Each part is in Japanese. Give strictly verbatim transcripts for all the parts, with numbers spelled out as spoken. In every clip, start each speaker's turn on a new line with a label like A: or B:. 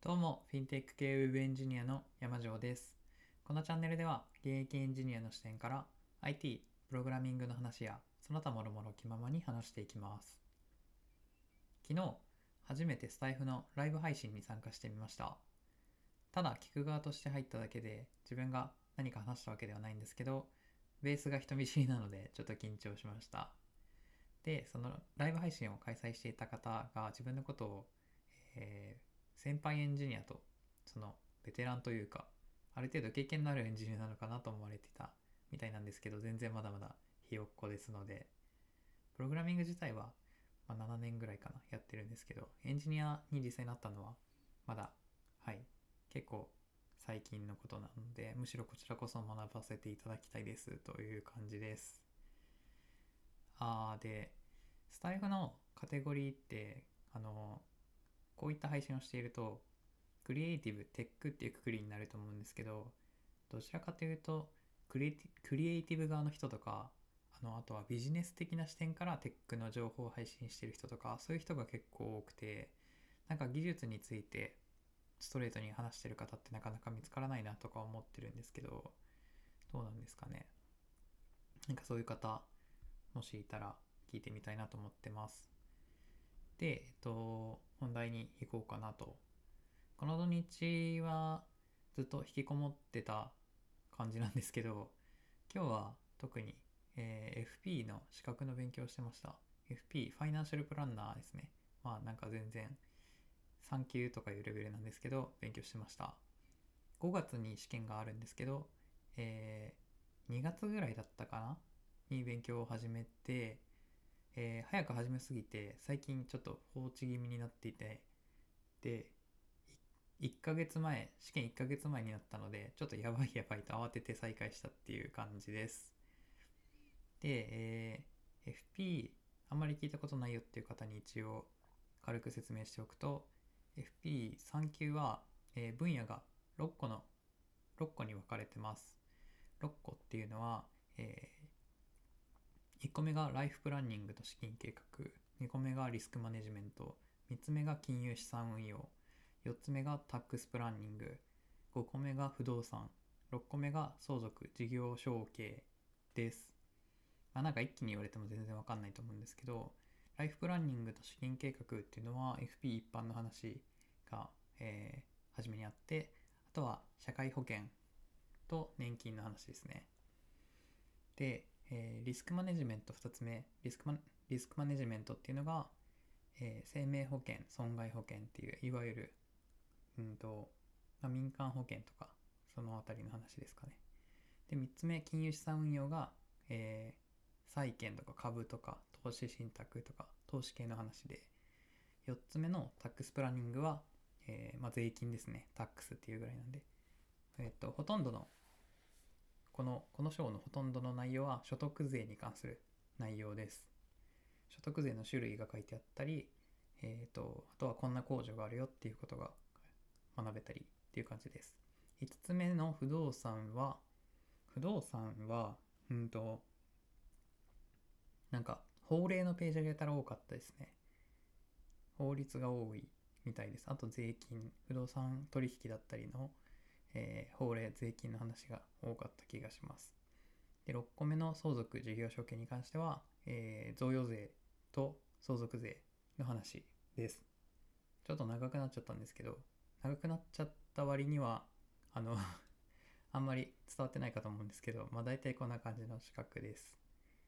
A: どうも、フィンテック系ウェブエンジニアの山城です。このチャンネルでは、現役エンジニアの視点から アイティー、プログラミングの話や、その他諸々気ままに話していきます。昨日、初めてスタイフのライブ配信に参加してみました。ただ、聞く側として入っただけで、自分が何か話したわけではないんですけど、ベースが人見知りなので、ちょっと緊張しました。で、そのライブ配信を開催していた方が自分のことを、えー先輩エンジニアとそのベテランというかある程度経験のあるエンジニアなのかなと思われていたみたいなんですけど、全然まだまだひよっこですので、プログラミング自体はまあななねんぐらいかなやってるんですけど、エンジニアに実際になったのはまだ、はい結構最近のことなので、むしろこちらこそ学ばせていただきたいですという感じです。あーでスタイフのカテゴリーって、あのこういった配信をしているとクリエイティブ、テックっていうくくりになると思うんですけど、どちらかというとクリエイティクリエイティブ側の人とか、あのあとはビジネス的な視点からテックの情報を配信している人とか、そういう人が結構多くて、なんか技術についてストレートに話してる方ってなかなか見つからないなとか思ってるんですけど、どうなんですかね。なんかそういう方もしいたら聞いてみたいなと思ってます。で、えっと、本題に行こうかなと。この土日はずっと引きこもってた感じなんですけど、今日は特に、えー エフピー の資格の勉強をしてました。エフピー、ファイナンシャルプランナーですね。まあなんか全然さん級とかいうレベルなんですけど、勉強してました。ごがつに試験があるんですけど、えーにがつぐらいだったかなに勉強を始めて、えー早く始めすぎて最近ちょっと放置気味になっていて、でいっかげつまえ、試験いっかげつまえになったので、ちょっとやばいやばいと慌てて再開したっていう感じです。で、えー エフピー あんまり聞いたことないよっていう方に一応軽く説明しておくと、 エフピーさん 級は、えー分野がろっこのろっこに分かれてます。ろっこっていうのは、えーいっこめがライフプランニングと資金計画、にこめがリスクマネジメント、みっつめが金融資産運用、よっつめがタックスプランニング、ごこめが不動産、ろっこめが相続事業承継です。まあ、なんか一気に言われても全然わかんないと思うんですけど、ライフプランニングと資金計画っていうのは エフピー 一般の話が、えー、初めにあって、あとは社会保険と年金の話ですね。で、えーリスクマネジメントふたつめ、リスクマリスクマネジメントっていうのが、えー生命保険、損害保険っていういわゆる、うんとまあ、民間保険とかそのあたりの話ですかね。でみっつめ、金融資産運用が、えー債券とか株とか投資信託とか投資系の話で、よっつめのタックスプランニングは、えーまあ、税金ですね。タックスっていうぐらいなんで、えっとほとんどのこのこの章のほとんどの内容は所得税に関する内容です。所得税の種類が書いてあったり、えー、とあとはこんな控除があるよっていうことが学べたりっていう感じです。いつつめの不動産は、不動産は、うんと、なんか法令のページがやたら多かったですね。法律が多いみたいです。あと税金、不動産取引だったりの、えー法令、税金の話が多かった気がします。で、ろっこめの相続事業承継に関しては、えー贈与税と相続税の話です。ちょっと長くなっちゃったんですけど、長くなっちゃった割には、あのあんまり伝わってないかと思うんですけど、まあ大体こんな感じの資格です。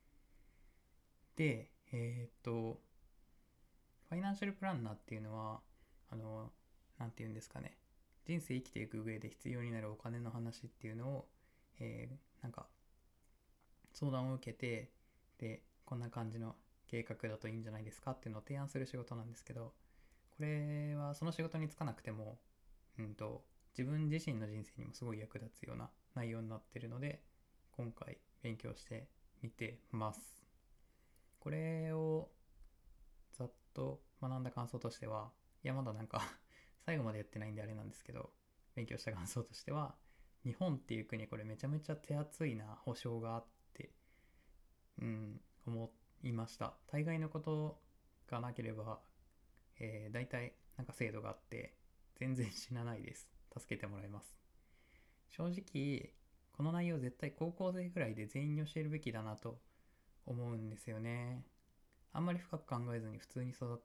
A: で、えーっと、ファイナンシャルプランナーっていうのは、あの、なんていうんですかね、人生生きていく上で必要になるお金の話っていうのを、えーなんか相談を受けて、で、こんな感じの計画だといいんじゃないですかっていうのを提案する仕事なんですけど、これはその仕事に就かなくても、うんと、自分自身の人生にもすごい役立つような内容になっているので、今回勉強してみてます。これをざっと学んだ感想としては、いやまだなんか最後までやってないんであれなんですけど、勉強した感想としては、日本っていう国これめちゃめちゃ手厚いな保証があって、うん、思いました。大概のことがなければ、えー、大体なんか制度があって全然死なないです。助けてもらいます。正直、この内容絶対高校生ぐらいで全員に教えるべきだなと思うんですよね。あんまり深く考えずに普通に育って、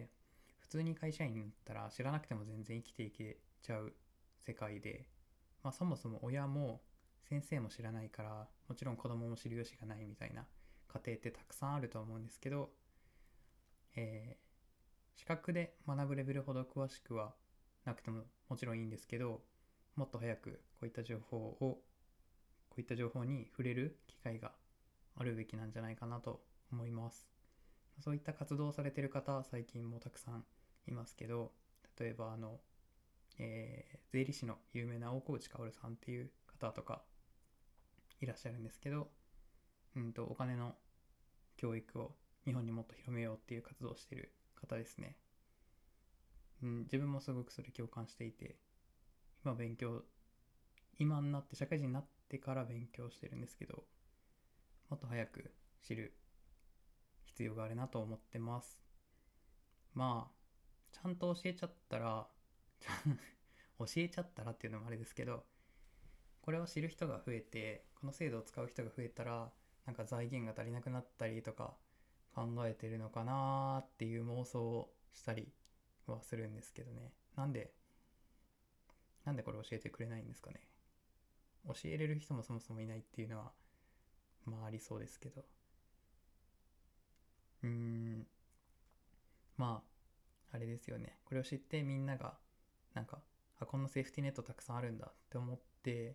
A: 普通に会社員になったら知らなくても全然生きていけちゃう世界で、まあそもそも親も先生も知らないから、もちろん子供も知る由がないみたいな家庭ってたくさんあると思うんですけど、えー資格で学ぶレベルほど詳しくはなくてももちろんいいんですけど、もっと早くこういった情報をこういった情報に触れる機会があるべきなんじゃないかなと思います。そういった活動をされている方、最近もたくさんいますけど、例えばあの、えー税理士の有名な大河内薫さんっていう方とかいらっしゃるんですけど、うんとお金の教育を日本にもっと広めようっていう活動をしている方ですね。うん、自分もすごくそれ共感していて、今勉強、今になって社会人になってから勉強してるんですけど、もっと早く知る必要があるなと思ってます。まあ、ちゃんと教えちゃったら、教えちゃったらっていうのもあれですけど、これを知る人が増えて、この制度を使う人が増えたら、なんか財源が足りなくなったりとか考えてるのかなーっていう妄想をしたりはするんですけどね。なんで、なんでこれ教えてくれないんですかね。教えれる人もそもそもいないっていうのは、まあありそうですけど。うーん、まあ、あれですよね。これを知ってみんなが、なんか、あ、こんなセーフティーネットたくさんあるんだって思って、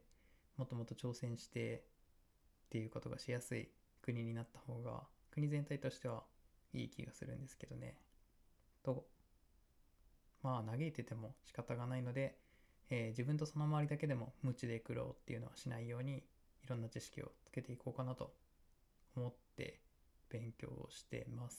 A: もっともっと挑戦してっていうことがしやすい国になった方が、国全体としてはいい気がするんですけどね。と、まあ嘆いてても仕方がないので、えー自分とその周りだけでも無知で苦労っていうのはしないように、いろんな知識をつけていこうかなと思って勉強をしてます。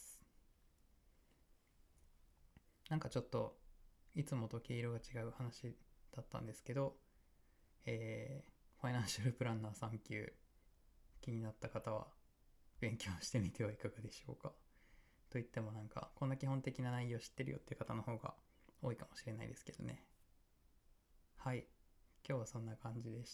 A: なんかちょっといつもと毛色が違う話だったんですけど、えーファイナンシャルプランナーさん級気になった方は勉強してみてはいかがでしょうか。といってもなんかこんな基本的な内容知ってるよっていう方の方が多いかもしれないですけどね。はい、今日はそんな感じでした。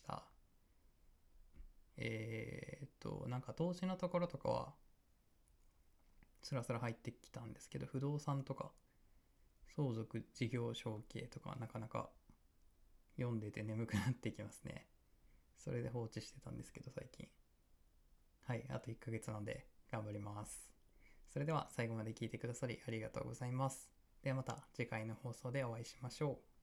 A: えーっとなんか投資のところとかはスラスラ入ってきたんですけど、不動産とか相続事業承継とかなかなか読んでて眠くなってきますね。それで放置してたんですけど最近。はい、あといっかげつなので頑張ります。それでは最後まで聞いてくださりありがとうございます。ではまた次回の放送でお会いしましょう。